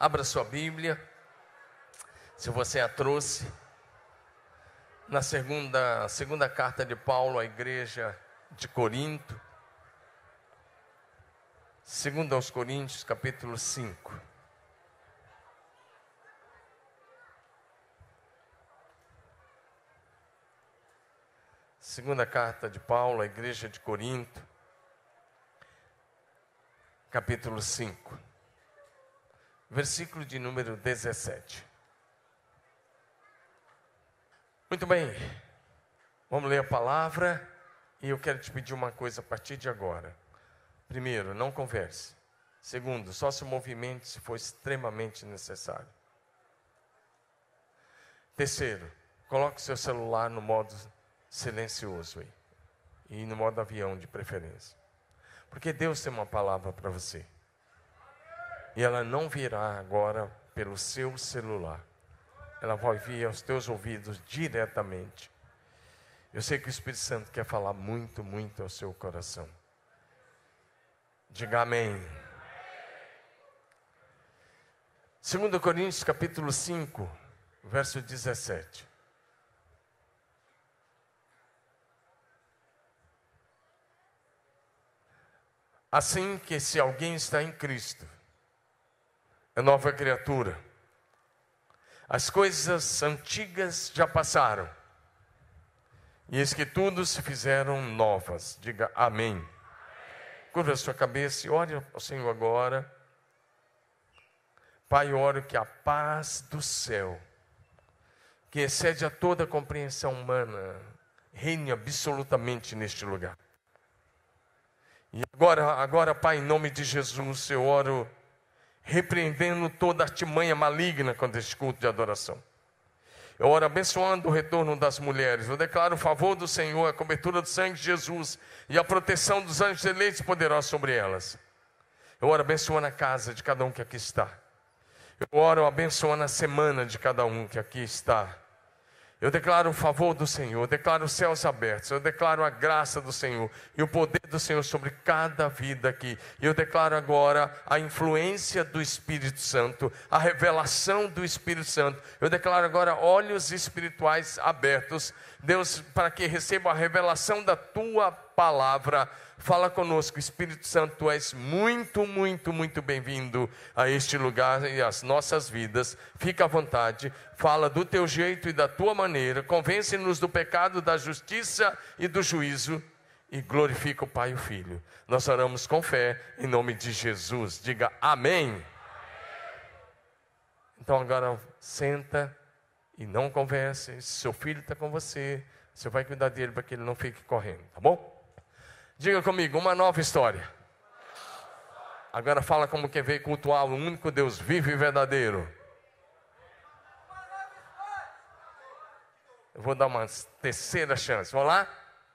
Abra sua Bíblia, se você a trouxe, na segunda carta de Paulo à igreja de Corinto, 2 aos Coríntios, capítulo 5. Segunda carta de Paulo à igreja de Corinto, capítulo 5, versículo de número 17. Muito bem, vamos ler a palavra e eu quero te pedir uma coisa a partir de agora. Primeiro, não converse. Segundo, só se movimente se for extremamente necessário. Terceiro, coloque seu celular no modo silencioso aí, e no modo avião de preferência, porque Deus tem uma palavra para você, e ela não virá agora pelo seu celular, ela vai vir aos teus ouvidos diretamente. Eu sei que o Espírito Santo quer falar muito, muito ao seu coração. Diga amém. 2 Coríntios capítulo 5, verso 17. Assim que se alguém está em Cristo, é nova criatura. As coisas antigas já passaram, e eis que tudo se fizeram novas. Diga amém. Curva a sua cabeça e ore ao Senhor agora. Pai, eu oro que a paz do céu, que excede a toda a compreensão humana, reine absolutamente neste lugar. E agora, Pai, em nome de Jesus, eu oro repreendendo toda artimanha maligna contra este culto de adoração. Eu oro abençoando o retorno das mulheres. Eu declaro o favor do Senhor, a cobertura do sangue de Jesus e a proteção dos anjos eleitos poderosos sobre elas. Eu oro abençoando a casa de cada um que aqui está. Eu oro abençoando a semana de cada um que aqui está. Eu declaro o favor do Senhor, eu declaro os céus abertos, eu declaro a graça do Senhor e o poder do Senhor sobre cada vida aqui. E eu declaro agora a influência do Espírito Santo, a revelação do Espírito Santo. Eu declaro agora olhos espirituais abertos, Deus, para que receba a revelação da Tua palavra. Fala conosco, Espírito Santo, Tu és muito, muito, muito bem-vindo a este lugar e às nossas vidas. Fica à vontade, fala do Teu jeito e da Tua maneira, convence-nos do pecado, da justiça e do juízo, e glorifica o Pai e o Filho. Nós oramos com fé, em nome de Jesus. Diga amém. Então agora senta e não converse. Se seu filho está com você, você vai cuidar dele para que ele não fique correndo, tá bom? Diga comigo, uma nova história. Agora fala como quem veio cultuar o único Deus vivo e verdadeiro. Eu vou dar uma terceira chance, vamos lá?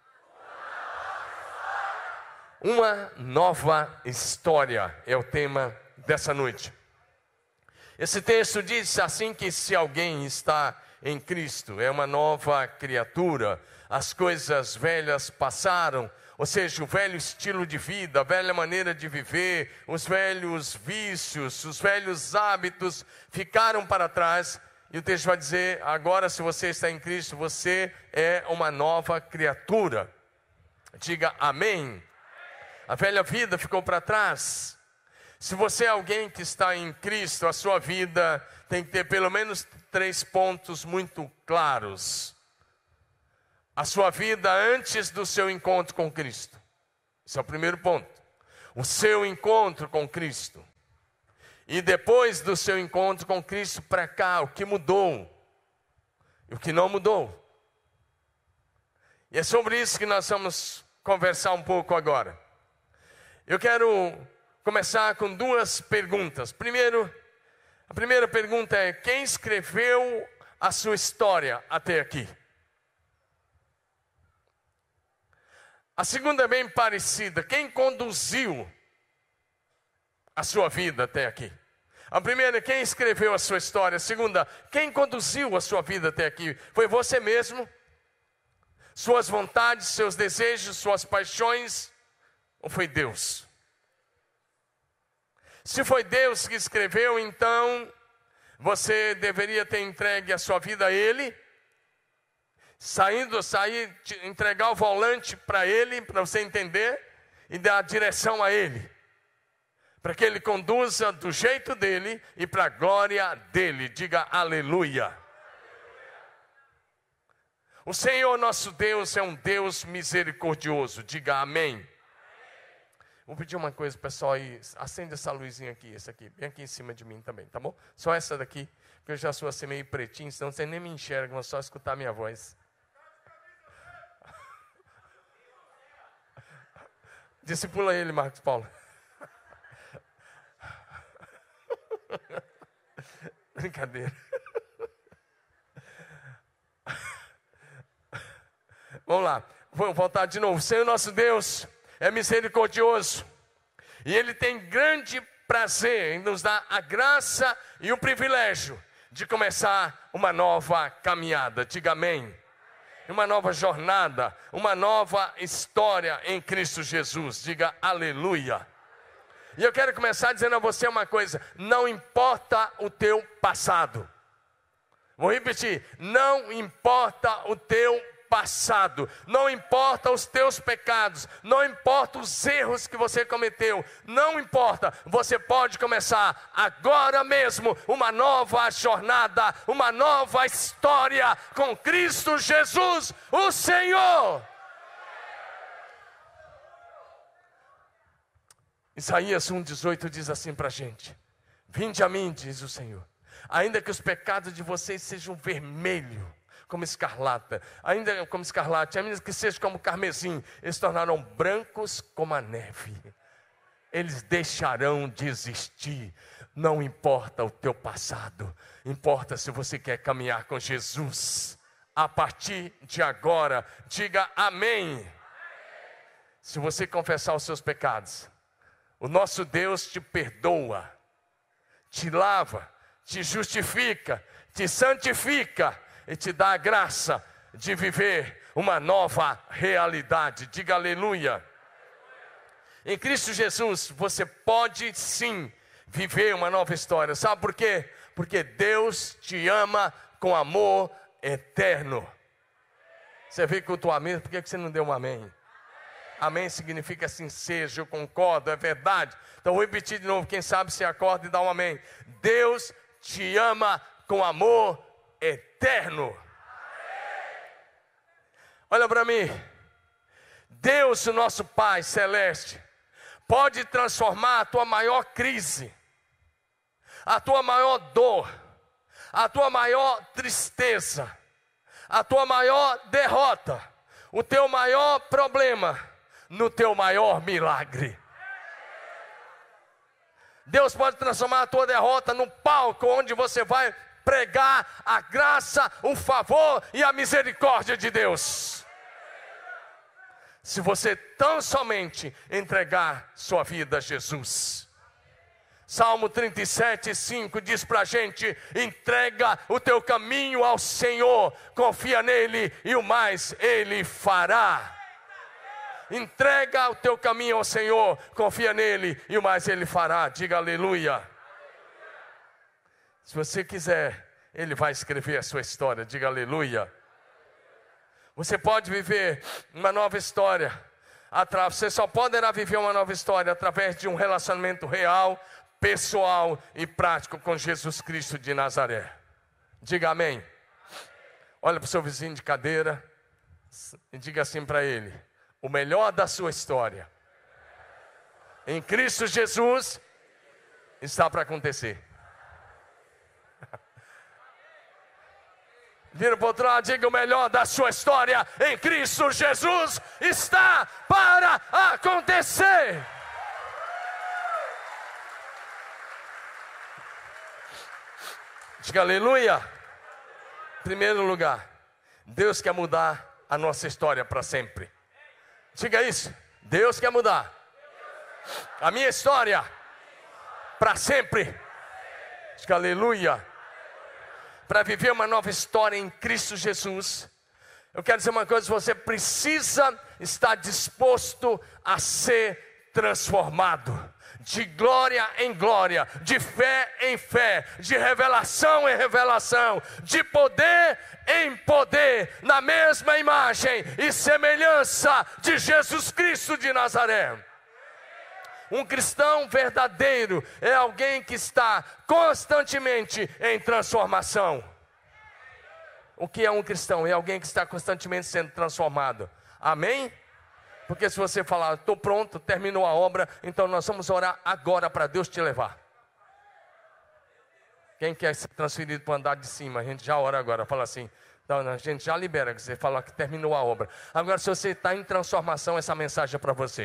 Uma nova história é o tema dessa noite. Esse texto diz assim que se alguém está em Cristo, é uma nova criatura, as coisas velhas passaram. Ou seja, o velho estilo de vida, a velha maneira de viver, os velhos vícios, os velhos hábitos ficaram para trás. E o texto vai dizer, agora se você está em Cristo, você é uma nova criatura. Diga amém. A velha vida ficou para trás. Se você é alguém que está em Cristo, a sua vida tem que ter pelo menos 3 pontos muito claros. A sua vida antes do seu encontro com Cristo. Esse é o primeiro ponto. O seu encontro com Cristo. E depois do seu encontro com Cristo para cá, o que mudou e o que não mudou. E é sobre isso que nós vamos conversar um pouco agora. Eu quero começar com 2 perguntas. Primeiro, a primeira pergunta é: quem escreveu a sua história até aqui? A segunda é bem parecida. Quem conduziu a sua vida até aqui? A primeira é quem escreveu a sua história. A segunda, quem conduziu a sua vida até aqui? Foi você mesmo? Suas vontades, seus desejos, suas paixões? Ou foi Deus? Se foi Deus que escreveu, então você deveria ter entregue a sua vida a Ele, entregar o volante para Ele, para você entender, e dar a direção a Ele, para que Ele conduza do jeito dEle e para a glória dEle. Diga aleluia. O Senhor nosso Deus é um Deus misericordioso. Diga amém. Vou pedir uma coisa, pessoal, aí, acende essa luzinha aqui, essa aqui, bem aqui em cima de mim também, tá bom? Só essa daqui, porque eu já sou assim meio pretinho, senão você nem me enxerga, mas só escutar a minha voz. Discipula ele, Marcos Paulo. Brincadeira. Vamos lá, vamos voltar de novo. O Senhor nosso Deus é misericordioso, e Ele tem grande prazer em nos dar a graça e o privilégio de começar uma nova caminhada. Diga amém. Uma nova jornada, uma nova história em Cristo Jesus. Diga aleluia. E eu quero começar dizendo a você uma coisa: não importa o teu passado. Vou repetir: não importa o teu passado, não importa os teus pecados, não importa os erros que você cometeu, não importa, você pode começar agora mesmo uma nova jornada, uma nova história com Cristo Jesus, o Senhor. Isaías 1,18 diz assim para a gente: vinde a mim, diz o Senhor, ainda que os pecados de vocês sejam vermelhos como escarlata, ainda que seja como carmesim, eles tornarão brancos como a neve. Eles deixarão de existir. Não importa o teu passado, importa se você quer caminhar com Jesus. A partir de agora, diga amém. Se você confessar os seus pecados, o nosso Deus te perdoa, te lava, te justifica, te santifica e te dá a graça de viver uma nova realidade. Diga aleluia. Em Cristo Jesus você pode sim viver uma nova história. Sabe por quê? Porque Deus te ama com amor eterno. Você veio com o teu amém, por que você não deu um amém? Amém significa assim seja, eu concordo, é verdade. Então vou repetir de novo, quem sabe se acorda e dá um amém. Deus te ama com amor eterno. Olha para mim. Deus, o nosso Pai celeste, pode transformar a tua maior crise, a tua maior dor, a tua maior tristeza, a tua maior derrota, o teu maior problema, no teu maior milagre. Deus pode transformar a tua derrota num palco onde você vai pregar a graça, o favor e a misericórdia de Deus. Se você tão somente entregar sua vida a Jesus. Salmo 37:5 diz para a gente: entrega o teu caminho ao Senhor, confia nele e o mais Ele fará. Entrega o teu caminho ao Senhor, confia nele e o mais Ele fará. Diga aleluia. Se você quiser, Ele vai escrever a sua história. Diga aleluia. Você pode viver uma nova história. Você só poderá viver uma nova história através de um relacionamento real, pessoal e prático com Jesus Cristo de Nazaré. Diga amém. Olha para o seu vizinho de cadeira e diga assim para ele: o melhor da sua história em Cristo Jesus está para acontecer. Vira para o outro lado, diga: o melhor da sua história em Cristo Jesus está para acontecer. Diga aleluia. Em primeiro lugar, Deus quer mudar a nossa história para sempre. Diga isso. Deus quer mudar a minha história para sempre. Diga aleluia. Para viver uma nova história em Cristo Jesus, eu quero dizer uma coisa: você precisa estar disposto a ser transformado. de glória em glória, de fé em fé, de revelação em revelação, de poder em poder, na mesma imagem e semelhança de Jesus Cristo de Nazaré. Um cristão verdadeiro é alguém que está constantemente em transformação. O que é um cristão? É alguém que está constantemente sendo transformado. Amém? Porque se você falar, estou pronto, terminou a obra, então nós vamos orar agora para Deus te levar. Quem quer ser transferido para o andar de cima, a gente já ora agora, fala assim, então, a gente já libera, que você fala que terminou a obra. Agora, se você está em transformação, essa mensagem é para você.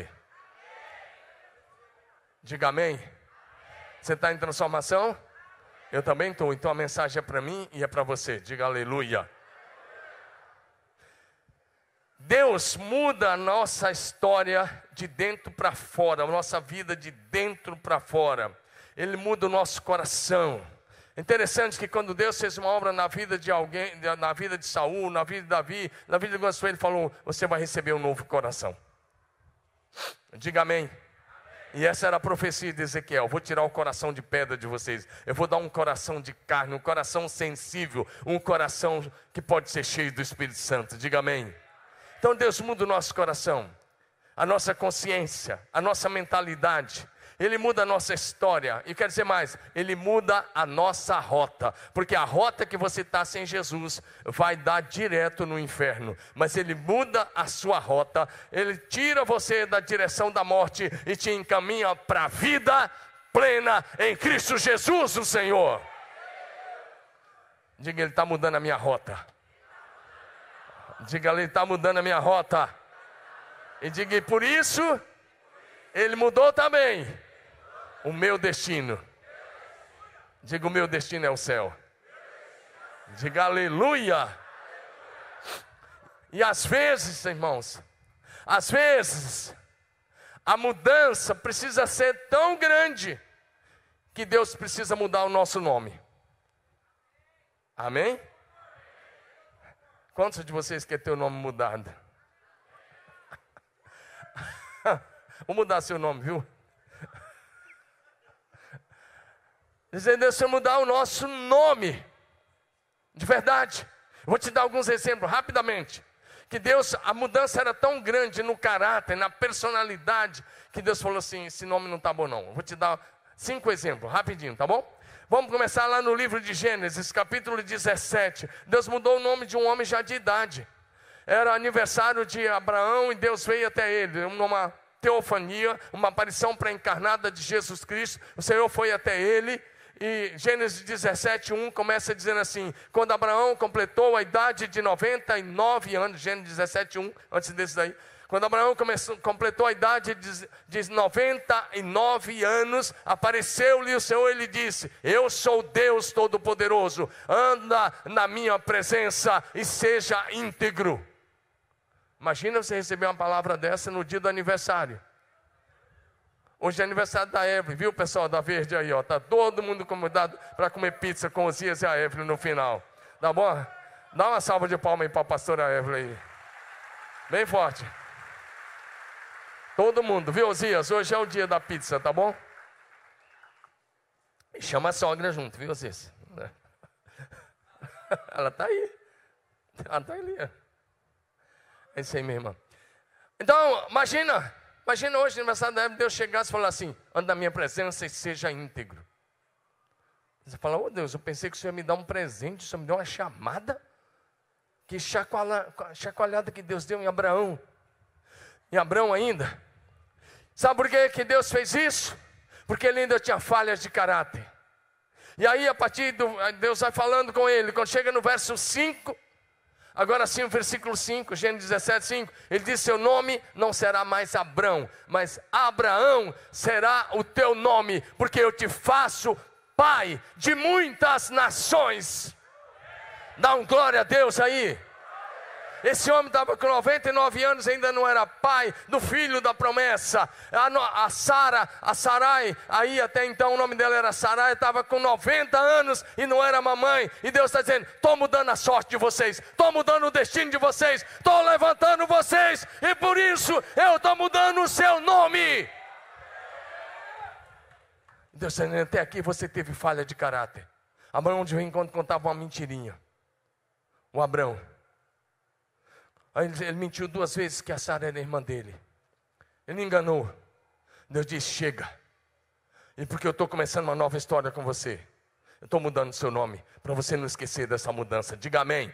Diga amém. Você está em transformação? Eu também estou, então a mensagem é para mim e é para você. Diga aleluia. Deus muda a nossa história de dentro para fora, a nossa vida de dentro para fora. Ele muda o nosso coração. Interessante que quando Deus fez uma obra na vida de alguém, na vida de Saul, na vida de Davi, na vida de Josué, Ele falou, você vai receber um novo coração. Diga amém. E essa era a profecia de Ezequiel, vou tirar o coração de pedra de vocês, eu vou dar um coração de carne, um coração sensível, um coração que pode ser cheio do Espírito Santo. Diga amém. Então Deus muda o nosso coração, a nossa consciência, a nossa mentalidade. Ele muda a nossa história, e quer dizer mais, Ele muda a nossa rota, porque a rota que você está sem Jesus, vai dar direto no inferno, mas Ele muda a sua rota, Ele tira você da direção da morte, e te encaminha para a vida plena, em Cristo Jesus o Senhor. Diga, Ele está mudando a minha rota. Diga, Ele está mudando a minha rota. E diga, e por isso, Ele mudou também o meu destino. Diga, o meu destino é o céu. Diga aleluia. E às vezes, irmãos, às vezes a mudança precisa ser tão grande que Deus precisa mudar o nosso nome. Amém? Quantos de vocês querem ter o nome mudado? Vou mudar seu nome, viu? Dizendo, Deus, se eu mudar o nosso nome, de verdade, vou te dar alguns exemplos rapidamente, que Deus, a mudança era tão grande no caráter, na personalidade, que Deus falou assim, esse nome não está bom não. Vou te dar 5 exemplos, rapidinho, tá bom? Vamos começar lá no livro de Gênesis, capítulo 17, Deus mudou o nome de um homem já de idade, era aniversário de Abraão, e Deus veio até ele, numa teofania, uma aparição pré-encarnada de Jesus Cristo, o Senhor foi até ele. E Gênesis 17, 1 começa dizendo assim, quando Abraão completou a idade de 99 anos, Gênesis 17, 1, antes desse daí, quando Abraão completou a idade de 99 anos, apareceu-lhe o Senhor e lhe disse, eu sou Deus Todo-Poderoso, anda na minha presença e seja íntegro. Imagina você receber uma palavra dessa no dia do aniversário. Hoje é aniversário da Evelyn, viu pessoal da Verde aí, ó. Tá todo mundo convidado para comer pizza com os Osias e a Evelyn no final. Tá bom? Dá uma salva de palmas aí para a pastora Evelyn aí. Bem forte. Todo mundo, viu Osias? Hoje é o dia da pizza, tá bom? E chama a sogra junto, viu Osias? Ela tá aí. Ela tá ali. É isso aí, minha irmã. Então, imagina hoje, no aniversário da Evelyn, Deus chegasse e falar assim, anda na minha presença e seja íntegro. Você fala, oh Deus, eu pensei que o Senhor ia me dar um presente, o Senhor me deu uma chamada. Que chacoalhada que Deus deu em Abraão. Em Abraão ainda. Sabe por que Deus fez isso? Porque ele ainda tinha falhas de caráter. E aí a partir Deus vai falando com ele, quando chega no verso 5, agora sim o versículo 5, Gênesis 17, 5, ele diz, seu nome não será mais Abrão, mas Abraão será o teu nome, porque eu te faço pai de muitas nações. Dá um glória a Deus aí. Esse homem estava com 99 anos, ainda não era pai do filho da promessa. A Sarai, aí até então o nome dela era Sarai, estava com 90 anos e não era mamãe. E Deus está dizendo, estou mudando a sorte de vocês, estou mudando o destino de vocês, estou levantando vocês, e por isso eu estou mudando o seu nome. Deus dizendo, até aqui você teve falha de caráter. Abraão de vez em quando contava uma mentirinha. O Abraão. Aí ele mentiu 2 vezes que a Sara era irmã dele. Ele enganou. Deus disse, chega. E porque eu estou começando uma nova história com você, eu estou mudando o seu nome, para você não esquecer dessa mudança. Diga amém.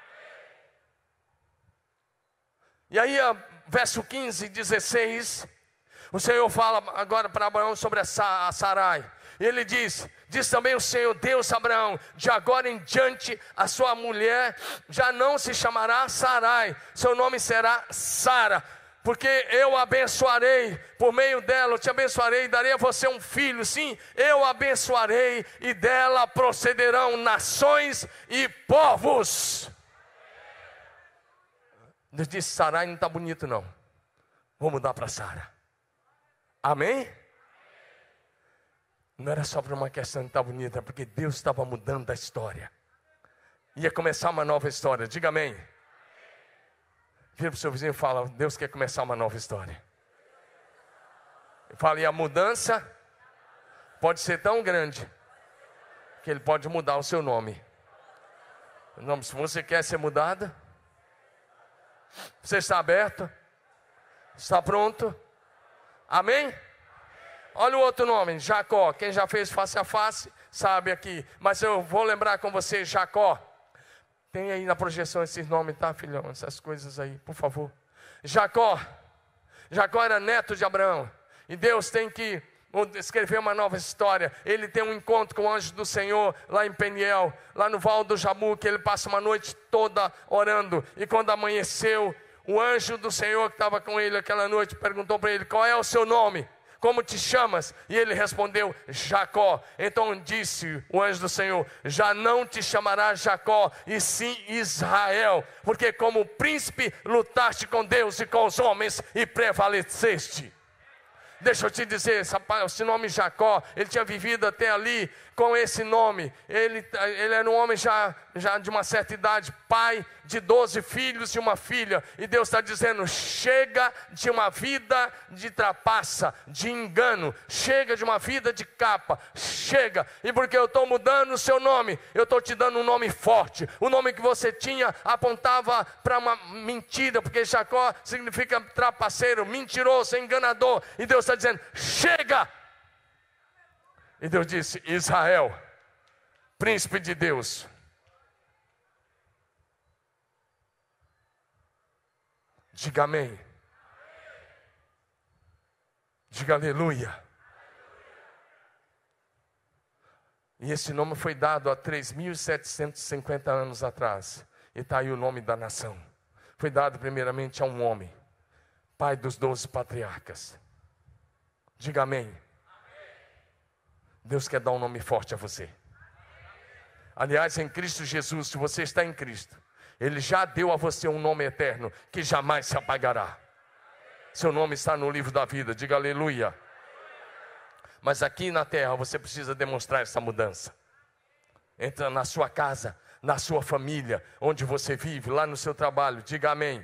E aí, verso 15 e 16, o Senhor fala agora para Abraão sobre a Sarai. E ele diz também o Senhor Deus a Abraão, de agora em diante a sua mulher já não se chamará Sarai, seu nome será Sara. Porque eu abençoarei, por meio dela eu te abençoarei e darei a você um filho. Sim, eu abençoarei e dela procederão nações e povos. Deus disse, Sarai não está bonito não. Vou mudar para Sara. Amém? Não era só para uma questão de estar bonita, porque Deus estava mudando a história. Ia começar uma nova história, diga amém. Vira para o seu vizinho e fala, Deus quer começar uma nova história. Fala, e a mudança pode ser tão grande, que Ele pode mudar o seu nome. Se você quer ser mudada, você está aberto? Está pronto? Amém? Olha o outro nome, Jacó. Quem já fez face a face, sabe aqui. Mas eu vou lembrar com você, Jacó. Tem aí na projeção esses nomes, tá, filhão? Essas coisas aí, por favor. Jacó era neto de Abraão. E Deus tem que escrever uma nova história. Ele tem um encontro com o anjo do Senhor lá em Peniel, lá no Val do Jabuque. Ele passa uma noite toda orando. E quando amanheceu, o anjo do Senhor que estava com ele aquela noite perguntou para ele, qual é o seu nome? Como te chamas? E ele respondeu, Jacó. Então disse o anjo do Senhor, já não te chamará Jacó, e sim Israel, porque como príncipe lutaste com Deus e com os homens e prevaleceste. Deixa eu te dizer, esse nome Jacó, ele tinha vivido até ali com esse nome. Ele era um homem já de uma certa idade, pai de 12 filhos e uma filha. E Deus está dizendo, chega de uma vida de trapaça, de engano. Chega de uma vida de capa, chega. E porque eu estou mudando o seu nome, eu estou te dando um nome forte. O nome que você tinha apontava para uma mentira, porque Jacó significa trapaceiro, mentiroso, enganador. E Deus está dizendo, chega! E Deus disse, Israel, príncipe de Deus. Diga amém. Diga aleluia. E esse nome foi dado há 3.750 anos atrás. E está aí o nome da nação. Foi dado primeiramente a um homem, pai dos 12 patriarcas. Diga amém. Deus quer dar um nome forte a você. Aliás, em Cristo Jesus, se você está em Cristo, Ele já deu a você um nome eterno que jamais se apagará. Seu nome está no livro da vida, diga aleluia. Mas aqui na terra você precisa demonstrar essa mudança. Entra na sua casa, na sua família, onde você vive, lá no seu trabalho, diga amém.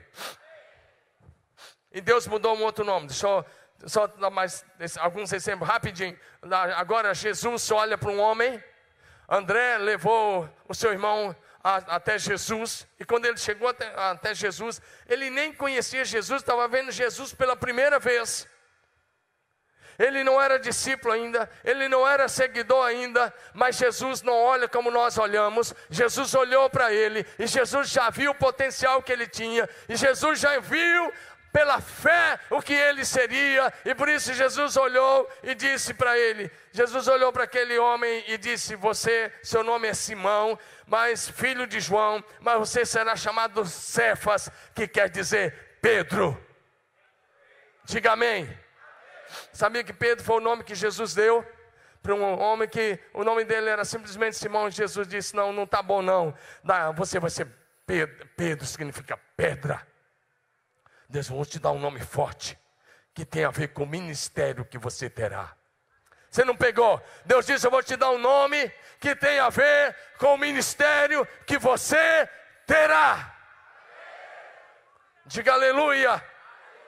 E Deus mudou um outro nome, deixa eu só dar mais alguns exemplos, rapidinho. Agora Jesus olha para um homem. André levou o seu irmão até Jesus. E quando ele chegou até Jesus, ele nem conhecia Jesus, estava vendo Jesus pela primeira vez. Ele não era discípulo ainda, ele não era seguidor ainda, mas Jesus não olha como nós olhamos. Jesus olhou para ele, e Jesus já viu o potencial que ele tinha, e Jesus já viu pela fé o que ele seria, e por isso Jesus olhou e disse para ele, Jesus olhou para aquele homem e disse, seu nome é Simão, mas filho de João, mas você será chamado Cefas, que quer dizer Pedro. Diga amém. Sabia que Pedro foi o nome que Jesus deu para um homem que o nome dele era simplesmente Simão? Jesus disse, não está bom não, você vai ser Pedro. Pedro significa pedra. Deus, vou te dar um nome forte, que tem a ver com o ministério que você terá. Você não pegou? Deus disse, eu vou te dar um nome que tem a ver com o ministério que você terá. Diga aleluia.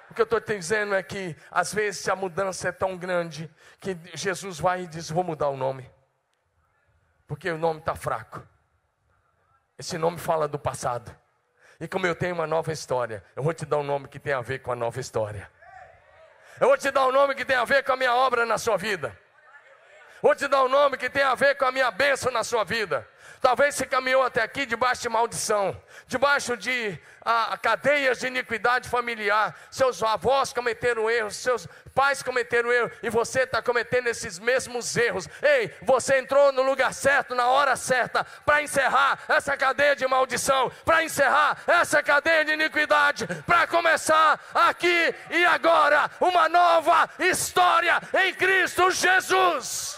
O que eu estou te dizendo é que, às vezes, a mudança é tão grande, que Jesus vai e diz, vou mudar o nome. Porque o nome está fraco. Esse nome fala do passado. E como eu tenho uma nova história, eu vou te dar um nome que tem a ver com a nova história. Eu vou te dar um nome que tem a ver com a minha obra na sua vida. Vou te dar um nome que tem a ver com a minha bênção na sua vida. Talvez você caminhou até aqui debaixo de maldição, debaixo de cadeias de iniquidade familiar. Seus avós cometeram erros, seus pais cometeram erros, e você está cometendo esses mesmos erros. Ei, você entrou no lugar certo, na hora certa, para encerrar essa cadeia de maldição, para encerrar essa cadeia de iniquidade, para começar aqui e agora uma nova história em Cristo Jesus.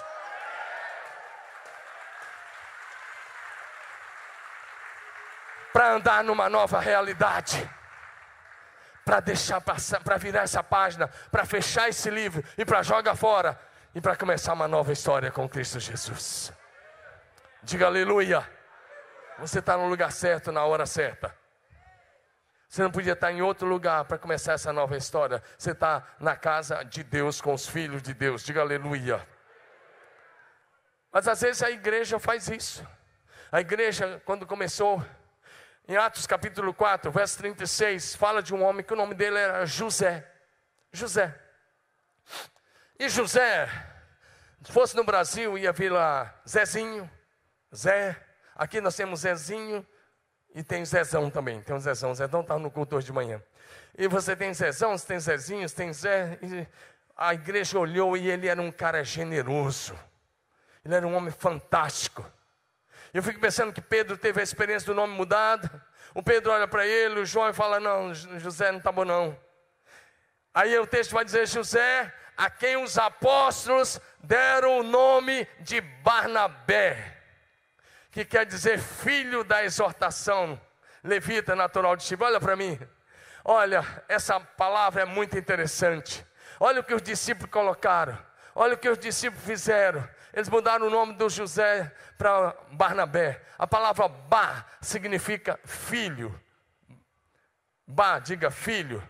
Para andar numa nova realidade, para deixar passar, para virar essa página, para fechar esse livro e para jogar fora e para começar uma nova história com Cristo Jesus. Diga aleluia. Você está no lugar certo, na hora certa. Você não podia estar em outro lugar para começar essa nova história. Você está na casa de Deus, com os filhos de Deus. Diga aleluia. Mas às vezes a igreja faz isso. A igreja, quando começou, em Atos capítulo 4, verso 36, fala de um homem que o nome dele era José. José. E José, se fosse no Brasil, ia vir lá Zezinho, Zé. Aqui nós temos Zezinho e tem Zezão também. Tem um Zezão. Zezão está no culto hoje de manhã. E você tem Zezão, você tem Zezinho, você tem Zé. E a igreja olhou e ele era um cara generoso. Ele era um homem fantástico. Eu fico pensando que Pedro teve a experiência do nome mudado. O Pedro olha para ele, o João fala, não, José não está bom não. Aí o texto vai dizer, José, a quem os apóstolos deram o nome de Barnabé, que quer dizer filho da exortação, levita natural de Chipre. Olha para mim, olha, essa palavra é muito interessante. Olha o que os discípulos colocaram, olha o que os discípulos fizeram. Eles mudaram o nome do José para Barnabé. A palavra Bar significa filho. Bar, diga filho.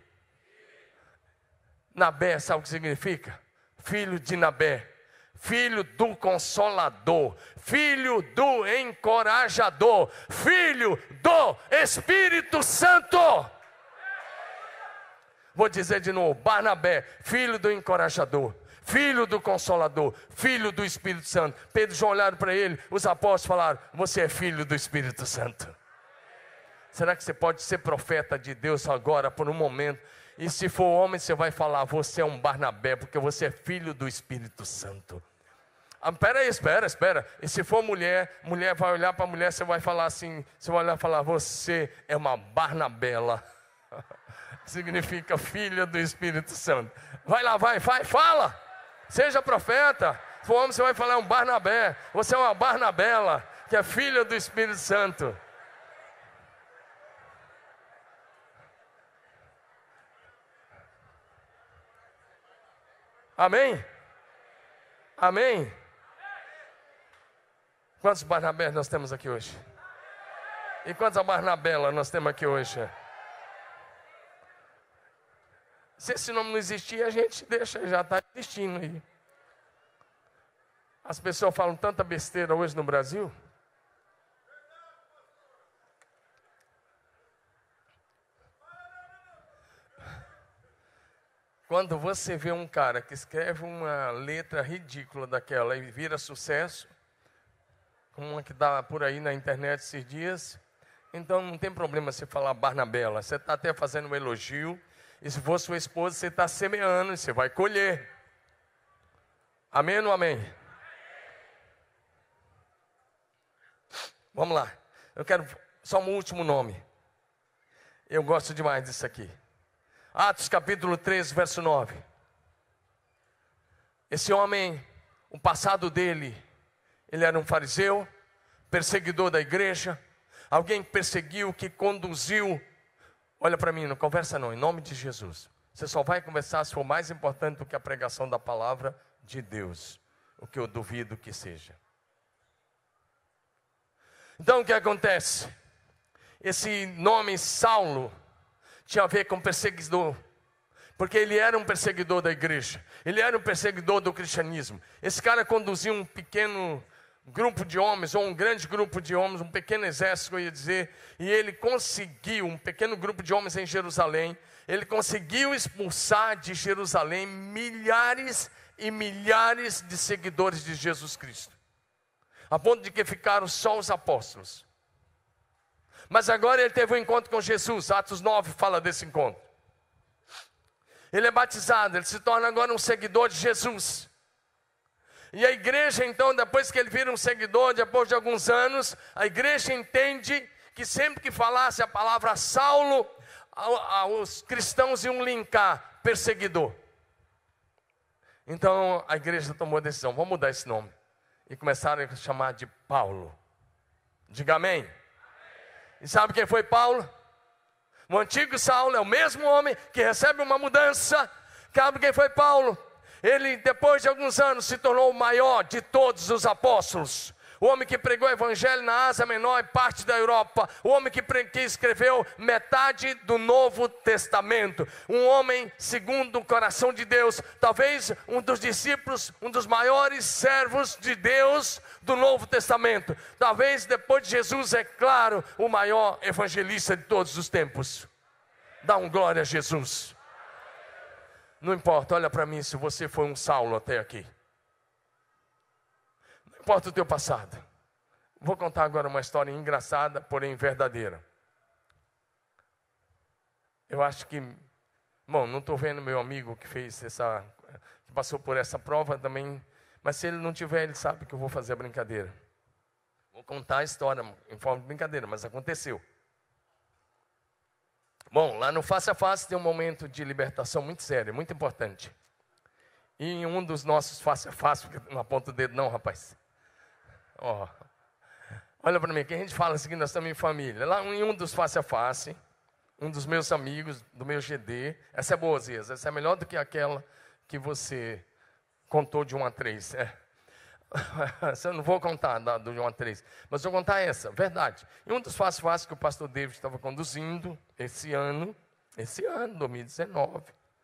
Nabé, sabe o que significa? Filho de Nabé. Filho do Consolador. Filho do Encorajador. Filho do Espírito Santo. Vou dizer de novo, Barnabé, filho do Encorajador. Filho do Consolador, filho do Espírito Santo. Pedro e João olharam para ele, os apóstolos falaram, você é filho do Espírito Santo. Será que você pode ser profeta de Deus agora, por um momento? E se for homem, você vai falar, você é um Barnabé, porque você é filho do Espírito Santo. Espera. E se for mulher, mulher vai olhar para a mulher, você vai falar assim, você vai olhar e falar, você é uma Barnabela. Significa filha do Espírito Santo. Vai lá, fala. Seja profeta. Se for homem, você vai falar um Barnabé. Você é uma Barnabela, que é filha do Espírito Santo. Amém? Amém? Quantos Barnabés nós temos aqui hoje? E quantas Barnabela nós temos aqui hoje? Se esse nome não existir, a gente deixa, já está existindo aí. As pessoas falam tanta besteira hoje no Brasil. Quando você vê um cara que escreve uma letra ridícula daquela e vira sucesso, como uma que dá por aí na internet esses dias, então não tem problema você falar Barnabela. Você está até fazendo um elogio. E se for sua esposa, você está semeando, você vai colher. Amém ou não amém? Vamos lá. Eu quero só um último nome. Eu gosto demais disso aqui. Atos capítulo 13, verso 9. Esse homem, o passado dele, ele era um fariseu, perseguidor da igreja, alguém que perseguiu, que conduziu. Olha para mim, não conversa não, em nome de Jesus. Você só vai conversar se for mais importante do que a pregação da palavra de Deus. O que eu duvido que seja. Então o que acontece? Esse nome Saulo tinha a ver com perseguidor. Porque ele era um perseguidor da igreja, ele era um perseguidor do cristianismo. Esse cara conduzia um pequeno grupo de homens, ou um grande grupo de homens, um pequeno exército, eu ia dizer, e ele conseguiu, um pequeno grupo de homens em Jerusalém, ele conseguiu expulsar de Jerusalém milhares e milhares de seguidores de Jesus Cristo, a ponto de que ficaram só os apóstolos. Mas agora ele teve um encontro com Jesus. Atos 9 fala desse encontro. Ele é batizado, ele se torna agora um seguidor de Jesus. E a igreja então, depois que ele vira um seguidor, depois de alguns anos, a igreja entende que sempre que falasse a palavra Saulo, os cristãos iam linkar perseguidor. Então a igreja tomou a decisão, vamos mudar esse nome. E começaram a chamar de Paulo. Diga amém. E sabe quem foi Paulo? O antigo Saulo é o mesmo homem que recebe uma mudança. Sabe quem foi Paulo? Ele, depois de alguns anos, se tornou o maior de todos os apóstolos. O homem que pregou o evangelho na Ásia Menor e parte da Europa. O homem que escreveu metade do Novo Testamento. Um homem segundo o coração de Deus. Talvez um dos discípulos, um dos maiores servos de Deus do Novo Testamento. Talvez depois de Jesus, é claro, o maior evangelista de todos os tempos. Dá um glória a Jesus. Não importa, olha para mim se você foi um Saulo até aqui. Não importa o teu passado. Vou contar agora uma história engraçada, porém verdadeira. Eu acho que, bom, não estou vendo meu amigo que que passou por essa prova também, mas se ele não tiver, ele sabe que eu vou fazer a brincadeira. Vou contar a história em forma de brincadeira, mas aconteceu. Bom, lá no Face a Face tem um momento de libertação muito sério, muito importante. E em um dos nossos Face a Face, não aponta o dedo não, rapaz. Ó, olha para mim, que a gente fala assim, nós estamos em família. Lá em um dos Face a Face, um dos meus amigos, do meu GD, essa é boa, Zias, essa é melhor do que aquela que você contou de 1 a 3. Eu não vou contar do 1 a 3, mas vou contar essa, verdade. Em um dos Face a Face que o pastor David estava conduzindo, esse ano, 2019.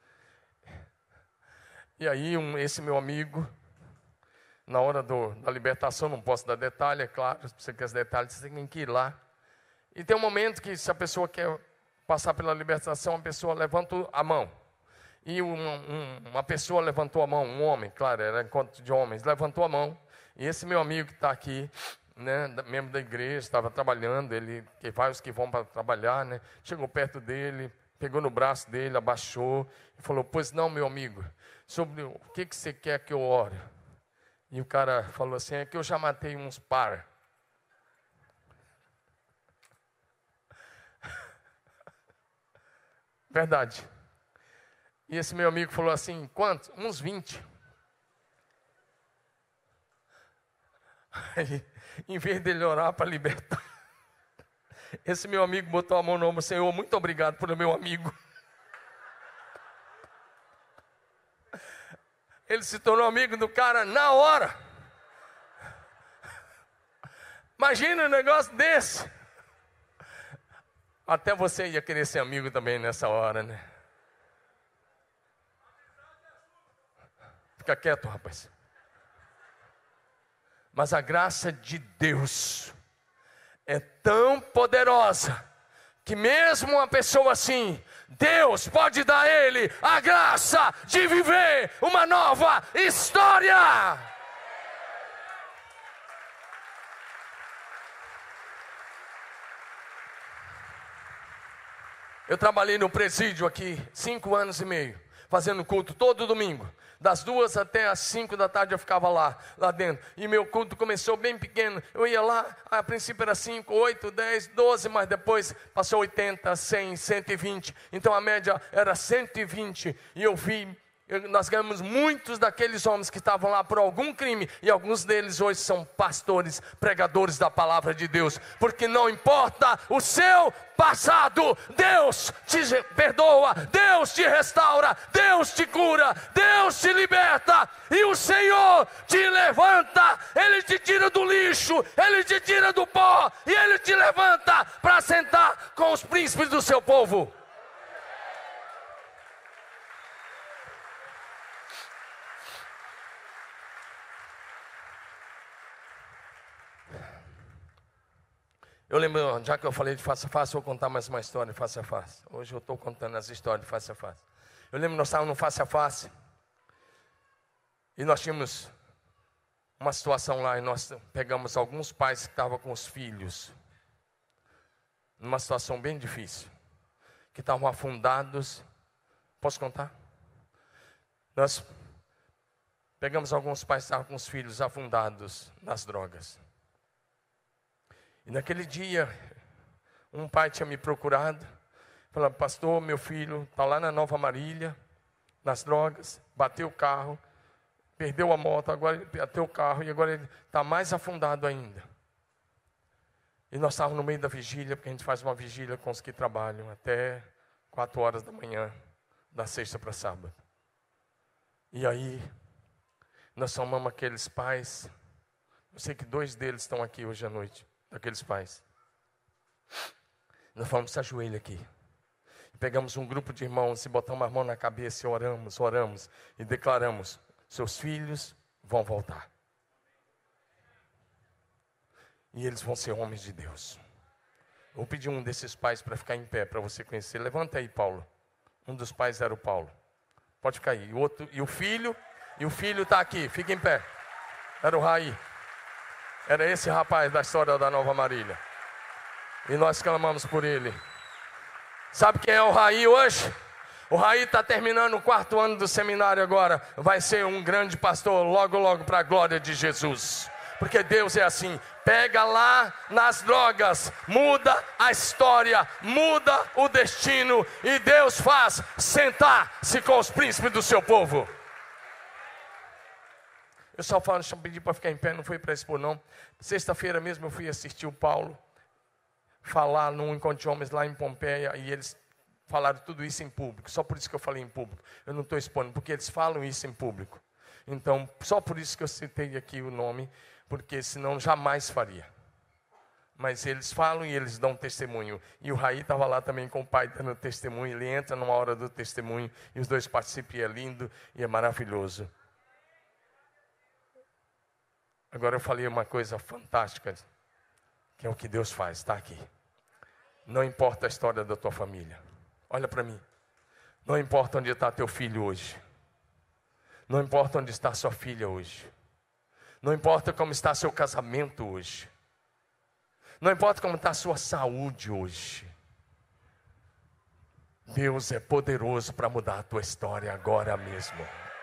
E aí esse meu amigo, na hora da libertação, não posso dar detalhe, é claro, se você quer detalhes, você tem que ir lá. E tem um momento que se a pessoa quer passar pela libertação, a pessoa levanta a mão. E uma pessoa levantou a mão, um homem, claro, era encontro de homens, levantou a mão. E esse meu amigo que está aqui, né, membro da igreja, estava trabalhando, que vários que vão para trabalhar, né, chegou perto dele, pegou no braço dele, abaixou e falou: pois não, meu amigo, sobre o que você quer que eu ore? E o cara falou assim: é que eu já matei uns par. Verdade. E esse meu amigo falou assim: quantos? Uns 20. Aí, em vez dele orar para libertar, esse meu amigo botou a mão no ombro: Senhor, muito obrigado pelo meu amigo. Ele se tornou amigo do cara na hora. Imagina um negócio desse. Até você ia querer ser amigo também nessa hora, né? Fica quieto, rapaz. Mas a graça de Deus é tão poderosa que mesmo uma pessoa assim, Deus pode dar a ele a graça de viver uma nova história. Eu trabalhei no presídio aqui 5 anos e meio, fazendo culto todo domingo. Das 2 até as 5 da tarde eu ficava lá dentro. E meu culto começou bem pequeno. Eu ia lá, a princípio era 5, 8, 10, 12, mas depois passou 80, 100, 120. Então a média era 120. E nós ganhamos muitos daqueles homens que estavam lá por algum crime. E alguns deles hoje são pastores, pregadores da palavra de Deus. Porque não importa o seu passado, Deus te perdoa, Deus te restaura, Deus te cura, Deus te liberta. E o Senhor te levanta, Ele te tira do lixo, Ele te tira do pó. E Ele te levanta para sentar com os príncipes do seu povo. Eu lembro, já que eu falei de face a face, eu vou contar mais uma história de face a face. Hoje eu estou contando as histórias de face a face. Eu lembro que nós estávamos no face a face. E nós tínhamos uma situação lá, e nós pegamos alguns pais que estavam com os filhos. Numa situação bem difícil. Que estavam afundados. Posso contar? Nós pegamos alguns pais que estavam com os filhos afundados nas drogas. E naquele dia, um pai tinha me procurado, falando: pastor, meu filho está lá na Nova Marília, nas drogas, bateu o carro, perdeu a moto, agora bateu o carro e agora ele está mais afundado ainda. E nós estávamos no meio da vigília, porque a gente faz uma vigília com os que trabalham até 4 horas da manhã, da sexta para sábado. E aí, nós chamamos aqueles pais, eu sei que 2 deles estão aqui hoje à noite, daqueles pais. Nós falamos: se ajoelha aqui. E pegamos um grupo de irmãos e botamos a mão na cabeça e oramos e declaramos: seus filhos vão voltar. E eles vão ser homens de Deus. Eu vou pedir um desses pais para ficar em pé, para você conhecer. Levanta aí, Paulo. Um dos pais era o Paulo. Pode ficar aí. E o filho está aqui, fica em pé. Era o Raí. Era esse rapaz da história da Nova Marília. E nós clamamos por ele. Sabe quem é o Raí hoje? O Raí está terminando o 4º ano do seminário agora. Vai ser um grande pastor logo, logo para a glória de Jesus. Porque Deus é assim. Pega lá nas drogas, muda a história, muda o destino. E Deus faz sentar-se com os príncipes do seu povo. Eu só pedi para ficar em pé, não foi para expor não. Sexta-feira mesmo eu fui assistir o Paulo falar num encontro de homens lá em Pompeia. E eles falaram tudo isso em público. Só por isso que eu falei em público. Eu não estou expondo, porque eles falam isso em público. Então, só por isso que eu citei aqui o nome, porque senão jamais faria. Mas eles falam e eles dão testemunho. E o Raí estava lá também com o pai dando testemunho. Ele entra numa hora do testemunho e os dois participam. E é lindo e é maravilhoso. Agora eu falei uma coisa fantástica, que é o que Deus faz, está aqui. Não importa a história da tua família. Olha para mim. Não importa onde está teu filho hoje. Não importa onde está sua filha hoje. Não importa como está seu casamento hoje. Não importa como está a sua saúde hoje. Deus é poderoso para mudar a tua história agora mesmo.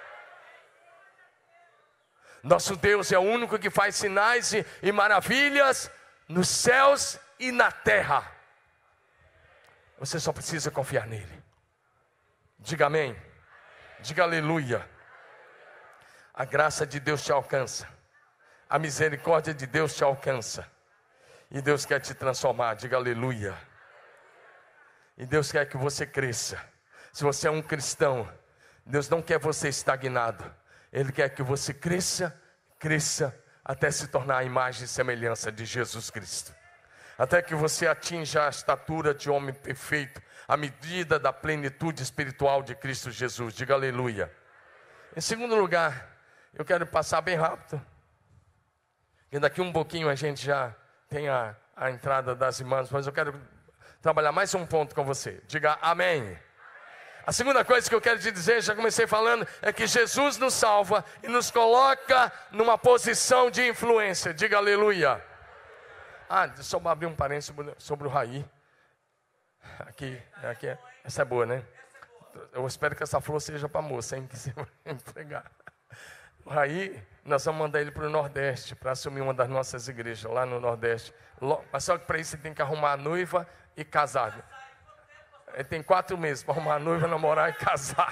Nosso Deus é o único que faz sinais e maravilhas nos céus e na terra. Você só precisa confiar nele. Diga amém. Diga aleluia. A graça de Deus te alcança. A misericórdia de Deus te alcança. E Deus quer te transformar. Diga aleluia. E Deus quer que você cresça. Se você é um cristão, Deus não quer você estagnado. Ele quer que você cresça, até se tornar a imagem e semelhança de Jesus Cristo. Até que você atinja a estatura de homem perfeito, a medida da plenitude espiritual de Cristo Jesus. Diga aleluia. Em segundo lugar, eu quero passar bem rápido. E daqui um pouquinho a gente já tem a entrada das irmãs, mas eu quero trabalhar mais um ponto com você. Diga amém. A segunda coisa que eu quero te dizer, já comecei falando, é que Jesus nos salva e nos coloca numa posição de influência. Diga aleluia. Deixa eu abrir um parênteses sobre o Raí. Aqui, essa é boa, né? Eu espero que essa flor seja para a moça, hein, que você vai entregar. O Raí, nós vamos mandar ele para o Nordeste, para assumir uma das nossas igrejas, lá no Nordeste. Mas só que para isso você tem que arrumar a noiva e casar. Ele tem 4 meses para arrumar a noiva, namorar e casar.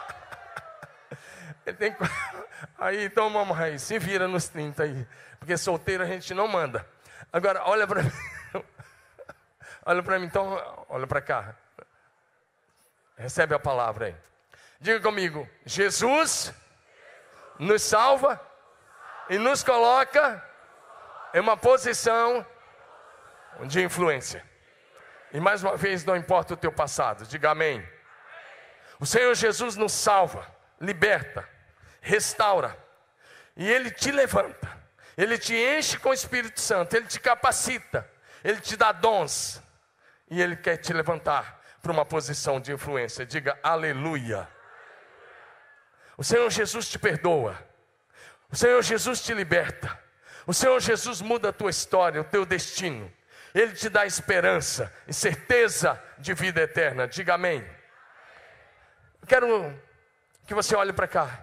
Ele tem... Aí, então, vamos, Raí, se vira nos 30 aí. Porque solteiro a gente não manda. Agora, olha para mim. Olha para mim, então, olha para cá. Recebe a palavra aí. Diga comigo: Jesus nos salva e nos coloca em uma posição de influência. E mais uma vez, não importa o teu passado. Diga amém. O Senhor Jesus nos salva, liberta, restaura. E Ele te levanta. Ele te enche com o Espírito Santo. Ele te capacita. Ele te dá dons. E Ele quer te levantar para uma posição de influência. Diga aleluia. O Senhor Jesus te perdoa. O Senhor Jesus te liberta. O Senhor Jesus muda a tua história, o teu destino. Ele te dá esperança e certeza de vida eterna. Diga amém. Eu quero que você olhe para cá.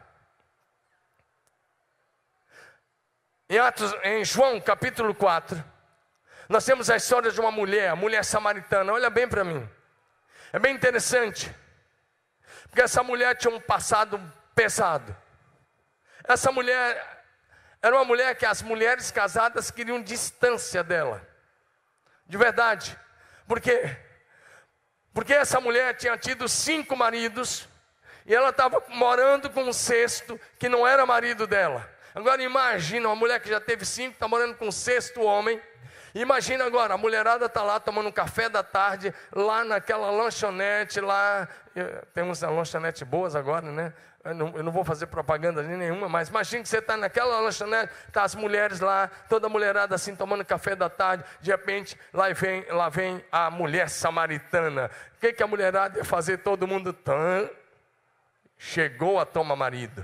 Em João capítulo 4, nós temos a história de uma mulher, a mulher samaritana. Olha bem para mim. É bem interessante. Porque essa mulher tinha um passado pesado. Essa mulher era uma mulher que as mulheres casadas queriam distância dela. De verdade. Por quê? Porque essa mulher tinha tido 5 maridos e ela estava morando com um 6º que não era marido dela. Agora imagina uma mulher que já teve 5, está morando com um 6º homem. Imagina agora, a mulherada está lá tomando um café da tarde, lá naquela lanchonete, lá, temos lanchonete boas agora, né? Eu não vou fazer propaganda nenhuma, mas imagina que você está naquela lanchonete, está as mulheres lá, toda a mulherada assim, tomando café da tarde, de repente, lá vem a mulher samaritana. O que a mulherada ia fazer? Todo mundo, chegou a tomar marido.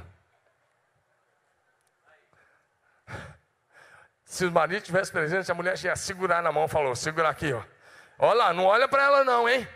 Se o marido estivesse presente, a mulher ia segurar na mão, falou, segura aqui, ó. Olha lá, não olha para ela não, hein?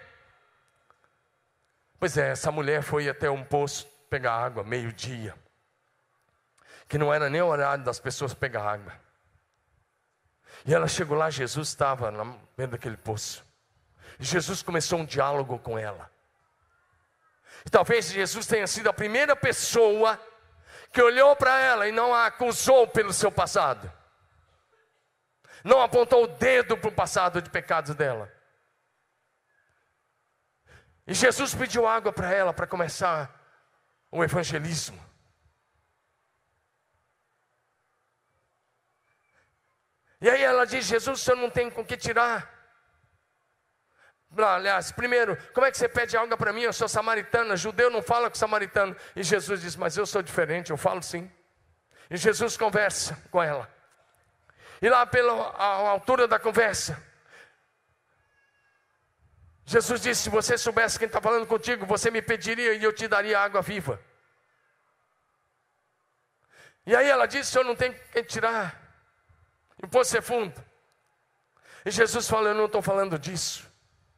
Pois é, essa mulher foi até um poço pegar água, meio-dia. Que não era nem o horário das pessoas pegar água. E ela chegou lá, Jesus estava dentro daquele poço. E Jesus começou um diálogo com ela. E talvez Jesus tenha sido a primeira pessoa que olhou para ela e não a acusou pelo seu passado. Não apontou o dedo para o passado de pecados dela. E Jesus pediu água para ela para começar o evangelismo. E aí ela diz, Jesus, o senhor não tem com que tirar. Aliás, primeiro, como é que você pede água para mim? Eu sou samaritana, judeu não fala com samaritano. E Jesus diz, mas eu sou diferente, eu falo sim. E Jesus conversa com ela. E lá pela altura da conversa, Jesus disse, se você soubesse quem está falando contigo, você me pediria e eu te daria água viva. E aí ela disse, o senhor não tem que tirar. E o poço é fundo. E Jesus falou, eu não estou falando disso.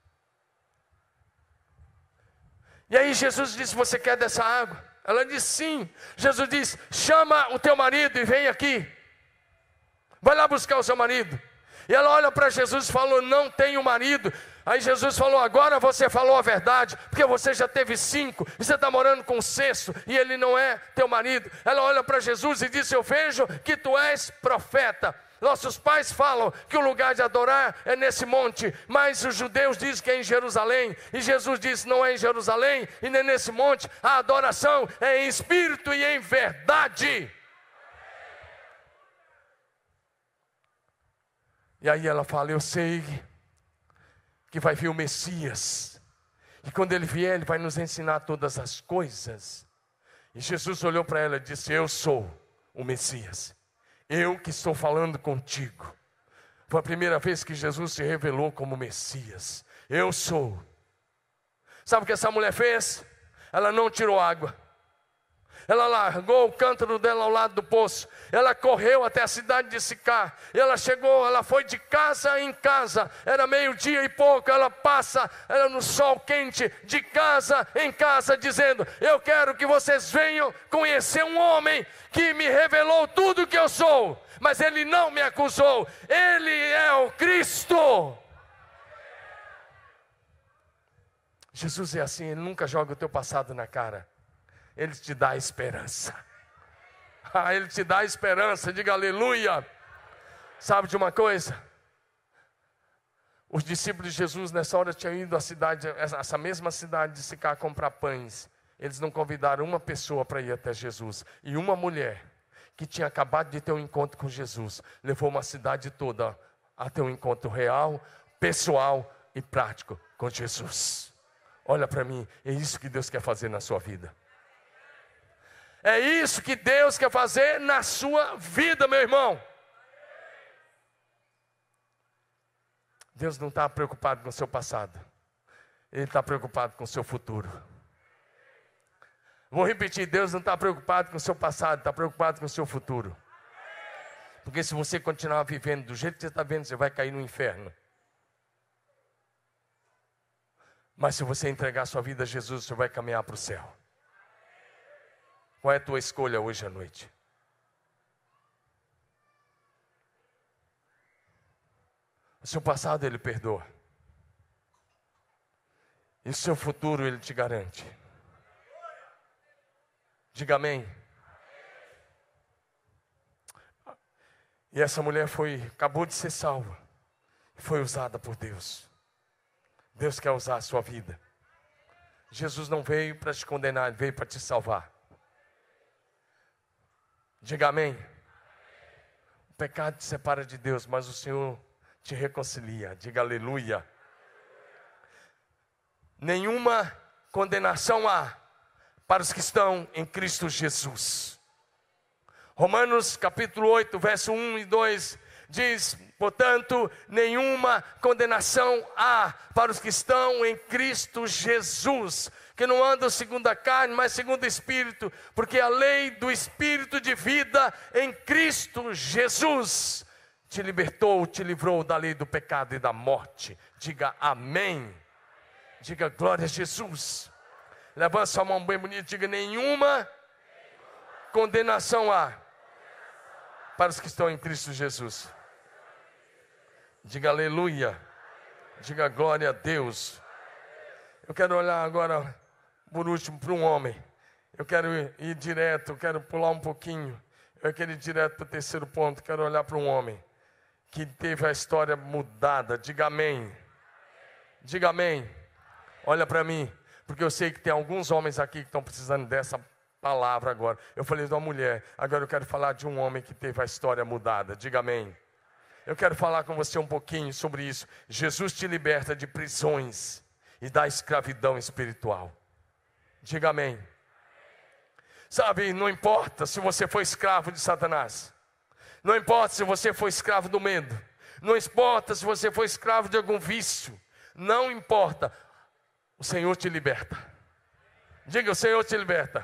E aí Jesus disse, você quer dessa água? Ela disse, sim. Jesus disse, chama o teu marido e vem aqui. Vai lá buscar o seu marido. E ela olha para Jesus e falou, não tenho marido. Aí Jesus falou, agora você falou a verdade, porque você já teve 5, e você está morando com o 6º, e ele não é teu marido. Ela olha para Jesus e diz, eu vejo que tu és profeta. Nossos pais falam que o lugar de adorar é nesse monte, mas os judeus dizem que é em Jerusalém. E Jesus disse, não é em Jerusalém e nem nesse monte, a adoração é em espírito e em verdade. E aí ela fala, eu sei que vai vir o Messias. E quando ele vier, ele vai nos ensinar todas as coisas. E Jesus olhou para ela e disse, eu sou o Messias. Eu que estou falando contigo. Foi a primeira vez que Jesus se revelou como Messias. Eu sou. Sabe o que essa mulher fez? Ela não tirou água. Ela largou o cântaro dela ao lado do poço. Ela correu até a cidade de Sicar. Ela chegou, ela foi de casa em casa. Era 12:00 e pouco. Ela passa, era no sol quente, de casa em casa, dizendo, eu quero que vocês venham conhecer um homem que me revelou tudo o que eu sou. Mas ele não me acusou. Ele é o Cristo. Jesus é assim, ele nunca joga o teu passado na cara. Ele te dá esperança. Ele te dá esperança, diga aleluia. Sabe de uma coisa? Os discípulos de Jesus nessa hora tinham ido à cidade, essa mesma cidade de Sicar, comprar pães. Eles não convidaram uma pessoa para ir até Jesus. E uma mulher que tinha acabado de ter um encontro com Jesus, levou uma cidade toda a ter um encontro real, pessoal e prático com Jesus. Olha para mim, é isso que Deus quer fazer na sua vida. É isso que Deus quer fazer na sua vida, meu irmão. Deus não está preocupado com o seu passado. Ele está preocupado com o seu futuro. Vou repetir, Deus não está preocupado com o seu passado, está preocupado com o seu futuro. Porque se você continuar vivendo do jeito que você está vendo, você vai cair no inferno. Mas se você entregar sua vida a Jesus, você vai caminhar para o céu. Qual é a tua escolha hoje à noite? O seu passado Ele perdoa. E o seu futuro Ele te garante. Diga amém. E essa mulher acabou de ser salva. Foi usada por Deus. Deus quer usar a sua vida. Jesus não veio para te condenar, Ele veio para te salvar. Diga amém. O pecado te separa de Deus, mas o Senhor te reconcilia. Diga aleluia. Nenhuma condenação há para os que estão em Cristo Jesus. Romanos capítulo 8, verso 1 e 2 diz: portanto, nenhuma condenação há para os que estão em Cristo Jesus, que não andam segundo a carne, mas segundo o Espírito, porque a lei do Espírito de vida em Cristo Jesus te libertou, te livrou da lei do pecado e da morte. Diga amém. Diga glória a Jesus. Levanta sua mão bem bonita, diga: nenhuma condenação há para os que estão em Cristo Jesus. Diga aleluia. Diga glória a Deus. Eu quero olhar agora, por último, para um homem. Eu quero ir direto, eu quero pular um pouquinho. Eu quero ir direto para o terceiro ponto. Quero olhar para um homem que teve a história mudada. Diga amém. Diga amém. Olha para mim, porque eu sei que tem alguns homens aqui que estão precisando dessa palavra agora. Eu falei de uma mulher, agora eu quero falar de um homem que teve a história mudada. Diga amém. Eu quero falar com você um pouquinho sobre isso. Jesus te liberta de prisões e da escravidão espiritual. Diga amém. Sabe, não importa se você foi escravo de Satanás. Não importa se você foi escravo do medo. Não importa se você foi escravo de algum vício. Não importa. O Senhor te liberta. Diga: o Senhor te liberta.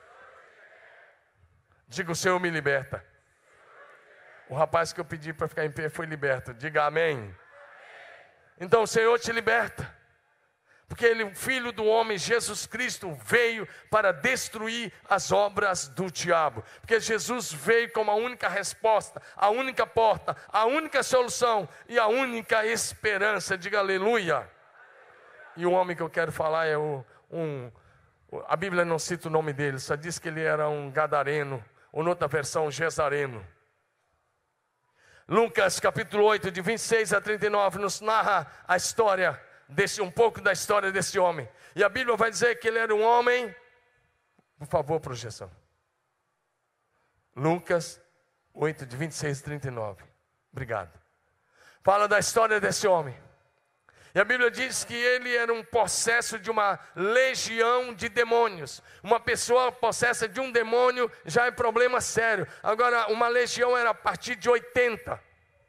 Diga: o Senhor me liberta. O rapaz que eu pedi para ficar em pé foi liberto. Diga amém. Então o Senhor te liberta. Porque Ele, o Filho do homem, Jesus Cristo, veio para destruir as obras do diabo. Porque Jesus veio como a única resposta, a única porta, a única solução e a única esperança. Diga aleluia. E o homem que eu quero falar é a Bíblia não cita o nome dele, só diz que ele era um gadareno, ou noutra versão, gesareno. Lucas capítulo 8, de 26 a 39, nos narra a história, um pouco da história desse homem. E a Bíblia vai dizer que ele era um homem, por favor, projeção. Lucas 8, de 26 a 39. Obrigado. Fala da história desse homem. E a Bíblia diz que ele era um possesso de uma legião de demônios. Uma pessoa possessa de um demônio já é problema sério. Agora, uma legião era a partir de 80.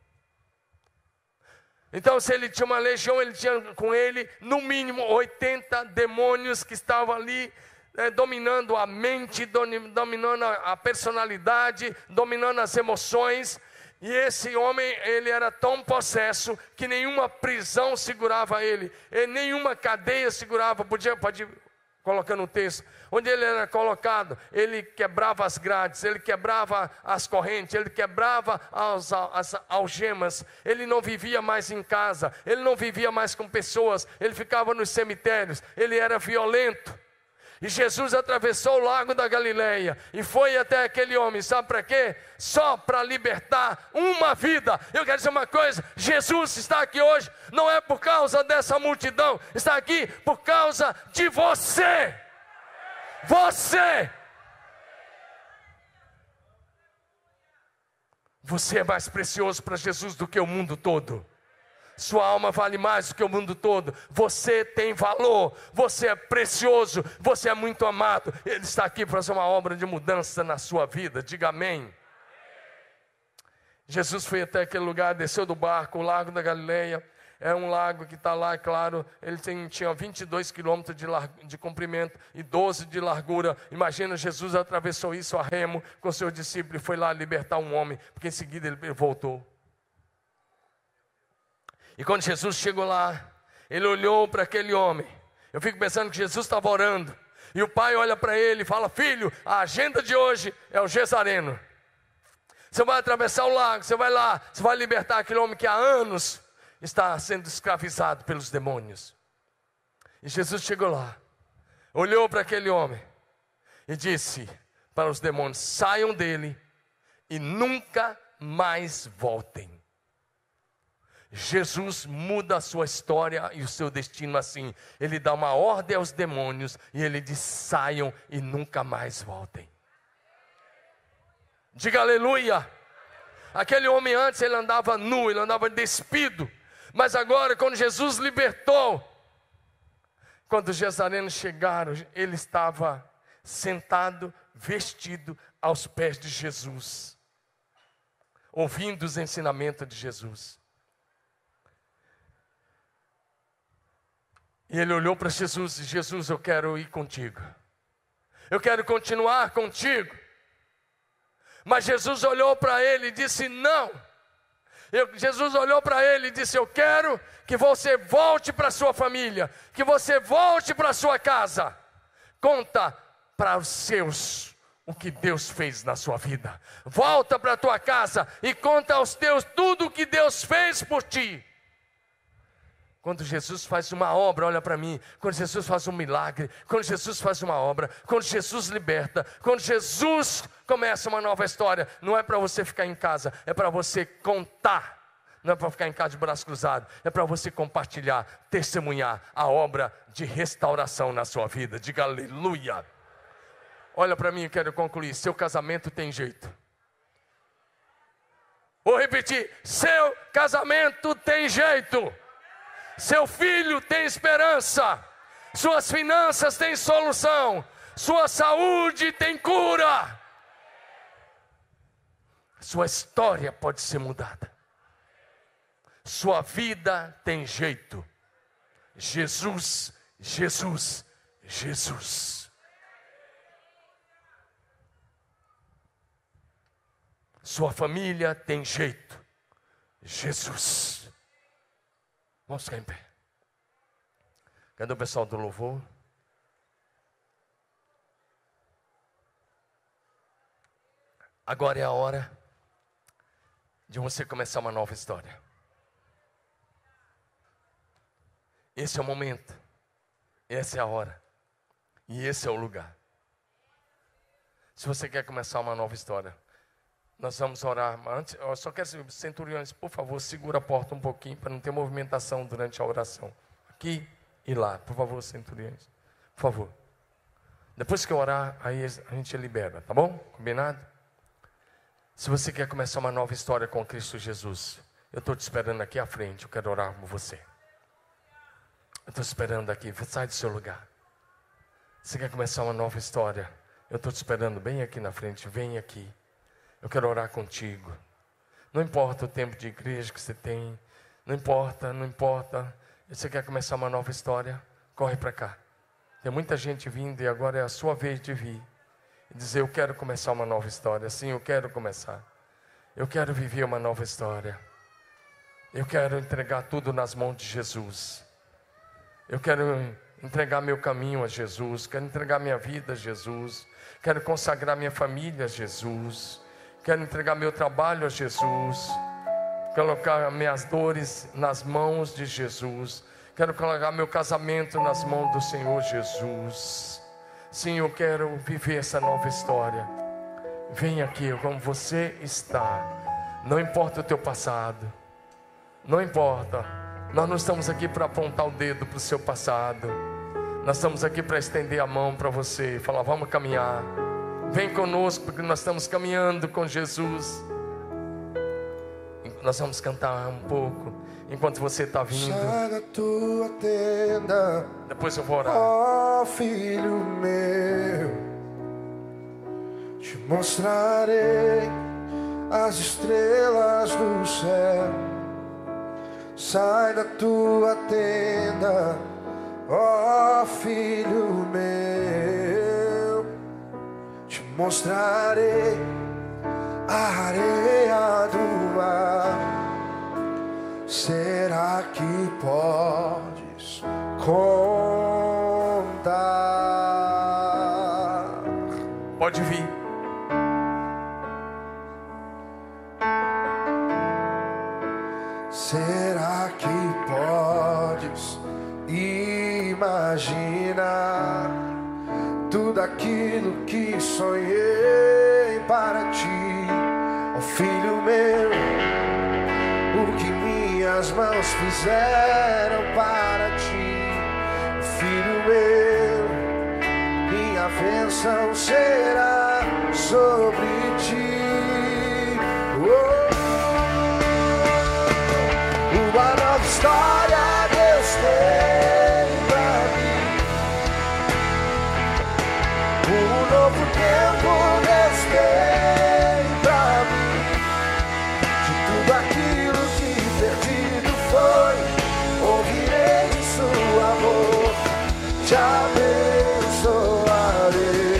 Então, se ele tinha uma legião, ele tinha com ele, no mínimo, 80 demônios que estavam ali, dominando a mente, dominando a personalidade, dominando as emoções. E esse homem, ele era tão possesso que nenhuma prisão segurava ele, e nenhuma cadeia segurava. Pode colocar no texto, onde ele era colocado, ele quebrava as grades, ele quebrava as correntes, ele quebrava as algemas. Ele não vivia mais em casa, ele não vivia mais com pessoas, ele ficava nos cemitérios, ele era violento. E Jesus atravessou o lago da Galileia e foi até aquele homem, sabe para quê? Só para libertar uma vida. Eu quero dizer uma coisa: Jesus está aqui hoje, não é por causa dessa multidão, está aqui por causa de você. Você é mais precioso para Jesus do que o mundo todo. Sua alma vale mais do que o mundo todo. Você tem valor, você é precioso, você é muito amado. Ele está aqui para fazer uma obra de mudança na sua vida. Diga amém. Jesus foi até aquele lugar, desceu do barco, o lago da Galileia. É um lago que está lá, é claro, ele tinha 22 quilômetros de comprimento e 12 de largura. Imagina, Jesus atravessou isso a remo com seus discípulos e foi lá libertar um homem, porque em seguida ele voltou. E quando Jesus chegou lá, ele olhou para aquele homem. Eu fico pensando que Jesus estava orando. E o pai olha para ele e fala: filho, a agenda de hoje é o Gesareno. Você vai atravessar o lago, você vai lá, você vai libertar aquele homem que há anos está sendo escravizado pelos demônios. E Jesus chegou lá, olhou para aquele homem e disse para os demônios: saiam dele e nunca mais voltem. Jesus muda a sua história e o seu destino assim. Ele dá uma ordem aos demônios e ele diz: saiam e nunca mais voltem. Diga aleluia. Aquele homem antes ele andava nu, ele andava despido. Mas agora, quando Jesus libertou, quando os gesarenos chegaram, ele estava sentado, vestido aos pés de Jesus, ouvindo os ensinamentos de Jesus. E ele olhou para Jesus e: Jesus, eu quero ir contigo. Eu quero continuar contigo. Mas Jesus olhou para ele e disse: não. Jesus olhou para ele e disse: eu quero que você volte para a sua família, que você volte para a sua casa. Conta para os seus o que Deus fez na sua vida. Volta para a tua casa e conta aos teus tudo o que Deus fez por ti. Quando Jesus faz uma obra, olha para mim, quando Jesus faz um milagre, quando Jesus faz uma obra, quando Jesus liberta, quando Jesus começa uma nova história, não é para você ficar em casa, é para você contar, não é para ficar em casa de braço cruzado, é para você compartilhar, testemunhar a obra de restauração na sua vida. Diga aleluia. Olha para mim, eu quero concluir: seu casamento tem jeito. Vou repetir: seu casamento tem jeito. Seu filho tem esperança, suas finanças têm solução, sua saúde tem cura, sua história pode ser mudada, sua vida tem jeito. Jesus, Jesus, Jesus. Sua família tem jeito. Jesus. Vamos ficar em pé. Cadê o pessoal do louvor? Agora é a hora de você começar uma nova história. Esse é o momento. Essa é a hora. E esse é o lugar. Se você quer começar uma nova história, nós vamos orar. Mas antes, eu só quero, centuriões, por favor, segura a porta um pouquinho para não ter movimentação durante a oração. Aqui e lá, por favor, centuriões. Por favor. Depois que eu orar, aí a gente libera, tá bom? Combinado? Se você quer começar uma nova história com Cristo Jesus, eu estou te esperando aqui à frente, eu quero orar com você. Eu estou esperando aqui, sai do seu lugar. Você quer começar uma nova história? Eu estou te esperando bem aqui na frente, vem aqui. Eu quero orar contigo. Não importa o tempo de igreja que você tem. Não importa, não importa. Você quer começar uma nova história? Corre para cá. Tem muita gente vindo e agora é a sua vez de vir. E dizer: eu quero começar uma nova história. Sim, eu quero começar. Eu quero viver uma nova história. Eu quero entregar tudo nas mãos de Jesus. Eu quero entregar meu caminho a Jesus. Quero entregar minha vida a Jesus. Quero consagrar minha família a Jesus. Quero entregar meu trabalho a Jesus. Colocar minhas dores nas mãos de Jesus. Quero colocar meu casamento nas mãos do Senhor Jesus. Sim, eu quero viver essa nova história. Vem aqui como você está. Não importa o teu passado. Não importa. Nós não estamos aqui para apontar o dedo para o seu passado. Nós estamos aqui para estender a mão para você e falar: vamos caminhar. Vem conosco, porque nós estamos caminhando com Jesus. Nós vamos cantar um pouco enquanto você está vindo. Sai da tua tenda. Depois eu vou orar. Ó filho meu, te mostrarei as estrelas do céu. sai da tua tenda, ó filho meu, te mostrarei a areia do mar. Será que podes contar? Pode vir. Será que podes imaginar tudo aquilo que sonhei para ti, ó filho meu? O que minhas mãos fizeram para ti, ó filho meu, minha bênção será sobre ti. Uma nova história Deus tem pra mim, um novo tempo Deus tem pra mim. De tudo aquilo que perdido foi, ouvirei de sua boca, te abençoarei.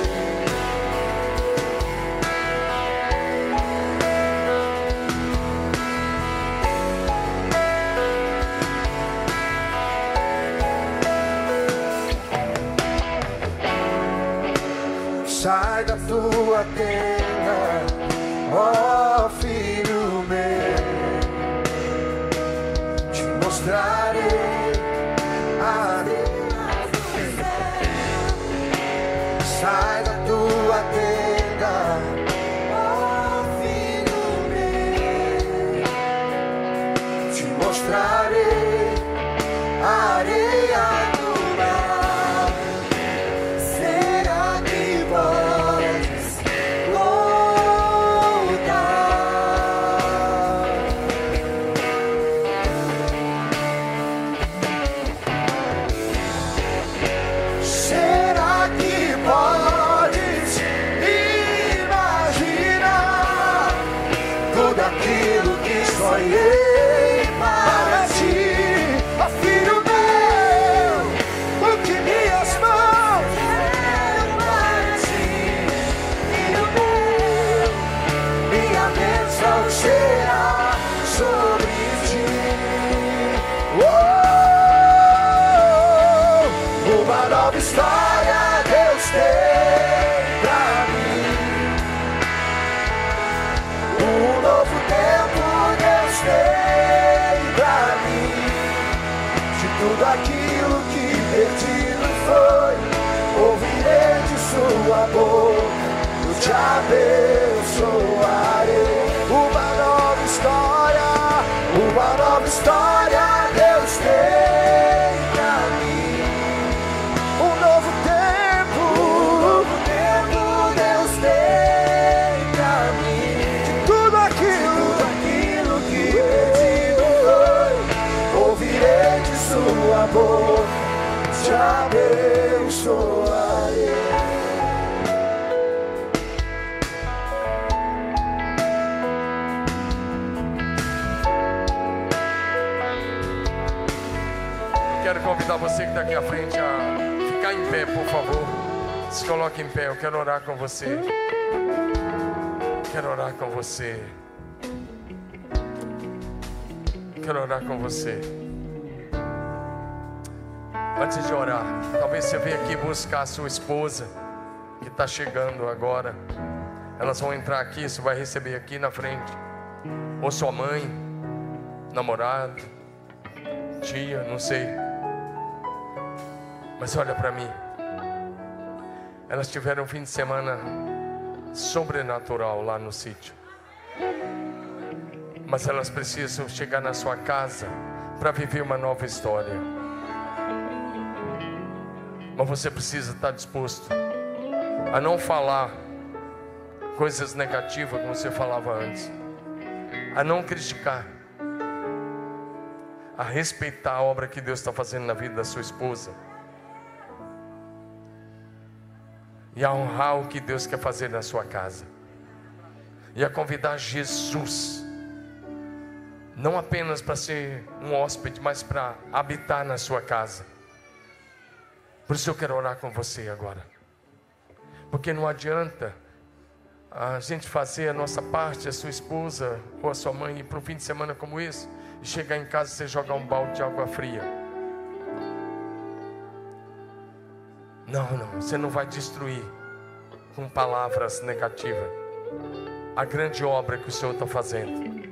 Sai da tua tenda, ó filho meu, te mostrarei a areia do céu. Sai da tua tenda, ó filho meu, te mostrarei a areia do mar. Será que podes contar? Será que podes imaginar tudo aquilo que sonhei para ti, ó filho meu? O que minhas mãos fizeram para ti, filho meu, minha bênção será sobre ti. Uma nova história Deus tem pra mim, um novo tempo Deus tem pra mim. De tudo aquilo que perdido foi, ouvirei de sua boca, eu te abençoarei. Uma nova história Deus tem pra mim, um novo tempo Deus tem pra mim. De tudo aquilo que perdido foi, ouvirei de sua boca, te abençoarei. Quero convidar você que está aqui à frente a ficar em pé, por favor. Se coloque em pé, eu quero orar com você. Quero orar com você. Quero orar com você. Antes de orar, talvez você venha aqui buscar a sua esposa, que está chegando agora. Elas vão entrar aqui, você vai receber aqui na frente. Ou sua mãe, namorada, tia, não sei. Mas olha para mim, elas tiveram um fim de semana sobrenatural lá no sítio, mas elas precisam chegar na sua casa para viver uma nova história. Mas você precisa estar disposto a não falar coisas negativas como você falava antes, a não criticar, a respeitar a obra que Deus está fazendo na vida da sua esposa e a honrar o que Deus quer fazer na sua casa, e a convidar Jesus não apenas para ser um hóspede, mas para habitar na sua casa. Por isso eu quero orar com você agora, porque não adianta a gente fazer a nossa parte, a sua esposa ou a sua mãe ir para um fim de semana como esse e chegar em casa e você jogar um balde de água fria. Não, você não vai destruir com palavras negativas a grande obra que o Senhor está fazendo.